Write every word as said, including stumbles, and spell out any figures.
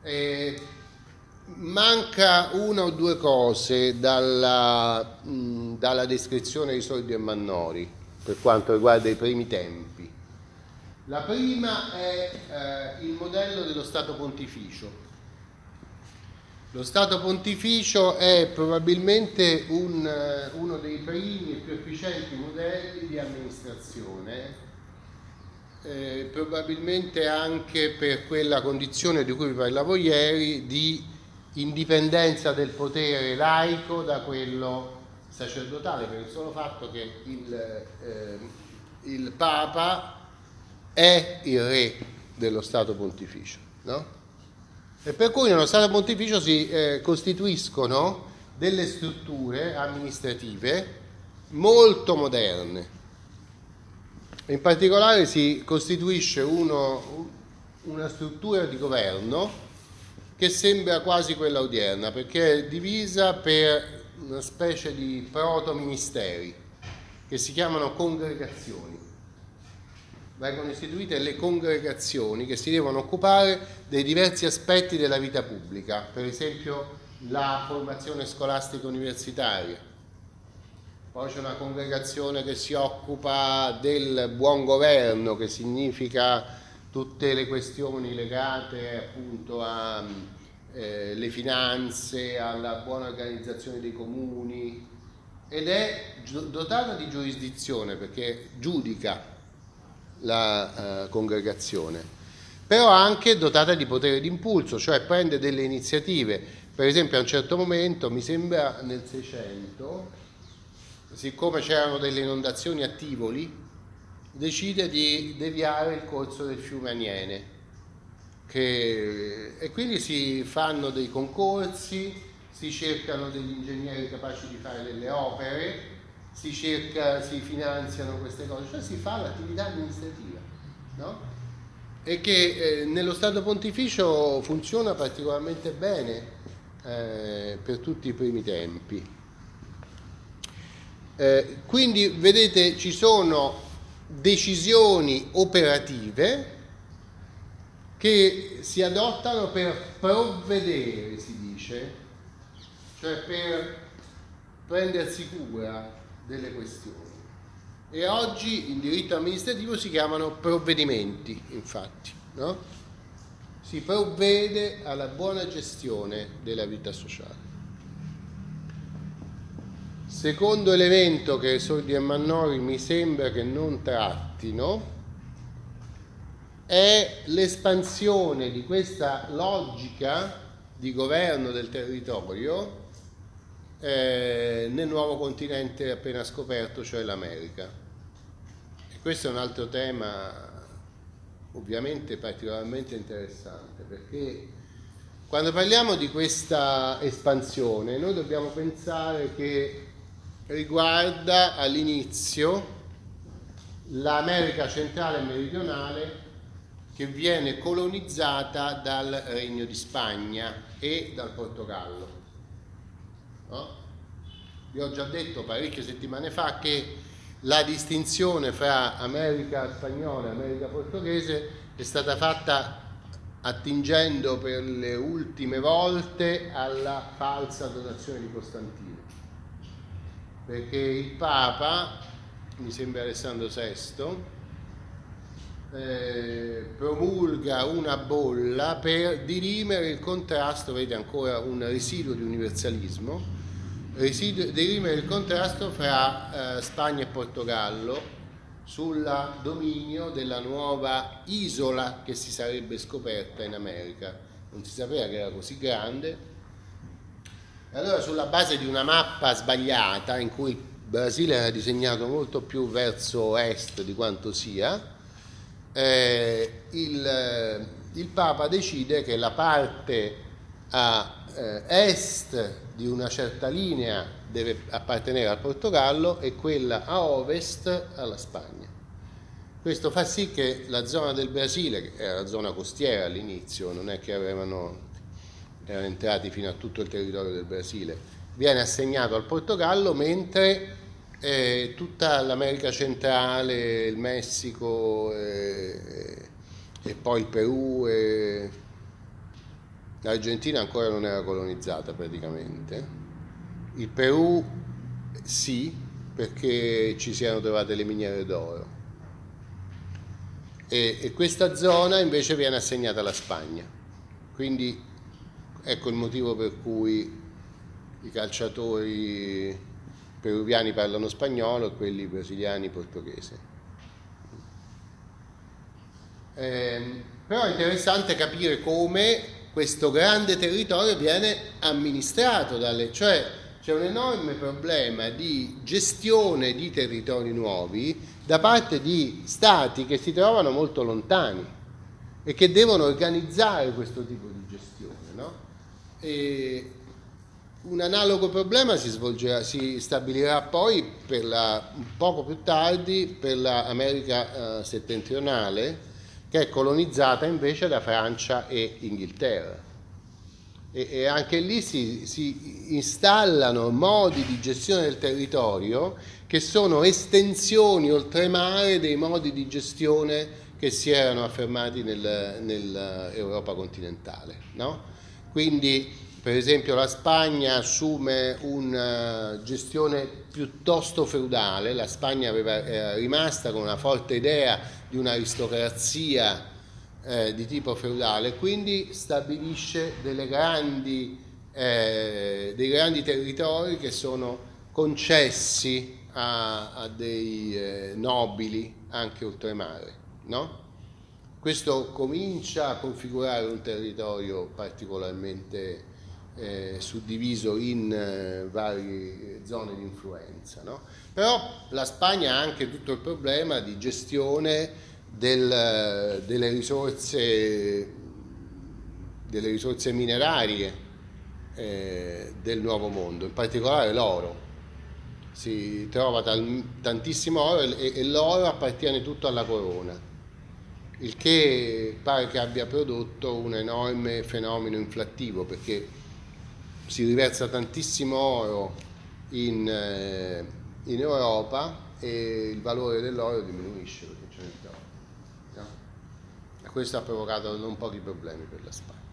Eh, manca una o due cose dalla, mh, dalla descrizione di Sordi e Mannori per quanto riguarda i primi tempi. La prima è eh, il modello dello Stato Pontificio. Lo Stato Pontificio è probabilmente un, uno dei primi e più efficienti modelli di amministrazione, eh, probabilmente anche per quella condizione di cui vi parlavo ieri di indipendenza del potere laico da quello sacerdotale, per il solo fatto che il, eh, il Papa è il re dello Stato Pontificio, no? E per cui nello Stato Pontificio si eh, costituiscono delle strutture amministrative molto moderne. In particolare si costituisce uno, una struttura di governo che sembra quasi quella odierna, perché è divisa per una specie di proto-ministeri che si chiamano congregazioni. Vengono istituite le congregazioni che si devono occupare dei diversi aspetti della vita pubblica, per esempio la formazione scolastica universitaria. Poi c'è una congregazione che si occupa del buon governo, che significa tutte le questioni legate appunto alle eh, finanze, alla buona organizzazione dei comuni, ed è dotata di giurisdizione perché giudica la uh, congregazione, però anche dotata di potere d'impulso, cioè prende delle iniziative. Per esempio a un certo momento, mi sembra nel Seicento, siccome c'erano delle inondazioni a Tivoli, decide di deviare il corso del fiume Aniene, che, e quindi si fanno dei concorsi, si cercano degli ingegneri capaci di fare delle opere, si cerca, si finanziano queste cose, cioè si fa l'attività amministrativa, no? E che eh, nello Stato Pontificio funziona particolarmente bene eh, per tutti i primi tempi. Eh, quindi vedete, ci sono decisioni operative che si adottano per provvedere, si dice, cioè per prendersi cura delle questioni, e oggi in diritto amministrativo si chiamano provvedimenti, infatti, no? Si provvede alla buona gestione della vita sociale. Secondo elemento che Sordi e Mannori mi sembra che non trattino è l'espansione di questa logica di governo del territorio Eh, nel nuovo continente appena scoperto, cioè l'America. E questo è un altro tema ovviamente particolarmente interessante, perché quando parliamo di questa espansione noi dobbiamo pensare che riguarda all'inizio l'America centrale e meridionale, che viene colonizzata dal Regno di Spagna e dal Portogallo. No? Vi ho già detto parecchie settimane fa che la distinzione fra America spagnola e America portoghese è stata fatta attingendo per le ultime volte alla falsa donazione di Costantino, perché il Papa, mi sembra Alessandro sesto, eh, promulga una bolla per dirimere il contrasto, vedete ancora un residuo di universalismo, residuo, dirimere il contrasto fra eh, Spagna e Portogallo sul dominio della nuova isola che si sarebbe scoperta in America. Non si sapeva che era così grande. E allora, sulla base di una mappa sbagliata, in cui il Brasile era disegnato molto più verso est di quanto sia, eh, il, il Papa decide che la parte a eh, est di una certa linea deve appartenere al Portogallo e quella a ovest alla Spagna. Questo fa sì che la zona del Brasile, che era la zona costiera all'inizio, non è che avevano, erano entrati fino a tutto il territorio del Brasile, viene assegnato al Portogallo, mentre eh, tutta l'America centrale, il Messico eh, e poi il Perù e, l'Argentina ancora non era colonizzata praticamente, il Perù sì, perché ci si erano trovate le miniere d'oro, e, e questa zona invece viene assegnata alla Spagna. Quindi ecco il motivo per cui i calciatori peruviani parlano spagnolo e quelli brasiliani portoghese. Eh, però è interessante capire come questo grande territorio viene amministrato dalle, cioè c'è un enorme problema di gestione di territori nuovi da parte di stati che si trovano molto lontani e che devono organizzare questo tipo di gestione, no? E un analogo problema si svolgerà, si stabilirà poi per la, un poco più tardi per l'America eh, settentrionale, che è colonizzata invece da Francia e Inghilterra. E, e anche lì si, si installano modi di gestione del territorio che sono estensioni oltremare dei modi di gestione che si erano affermati nel, nell'Europa continentale, no? Quindi, per esempio, la Spagna assume una gestione piuttosto feudale. La Spagna aveva, era rimasta con una forte idea di un'aristocrazia eh, di tipo feudale, quindi stabilisce delle grandi, eh, dei grandi territori che sono concessi a, a dei eh, nobili anche oltremare, no? Questo comincia a configurare un territorio particolarmente eh, suddiviso in eh, varie zone di influenza, no? Però la Spagna ha anche tutto il problema di gestione del, delle risorse delle risorse minerarie eh, del Nuovo Mondo, in particolare l'oro. Si trova tal, tantissimo oro e, e l'oro appartiene tutto alla corona, il che pare che abbia prodotto un enorme fenomeno inflattivo, perché si riversa tantissimo oro in, eh, in Europa e il valore dell'oro diminuisce perché ce n'è troppo, no? E questo ha provocato non pochi problemi per la Spagna.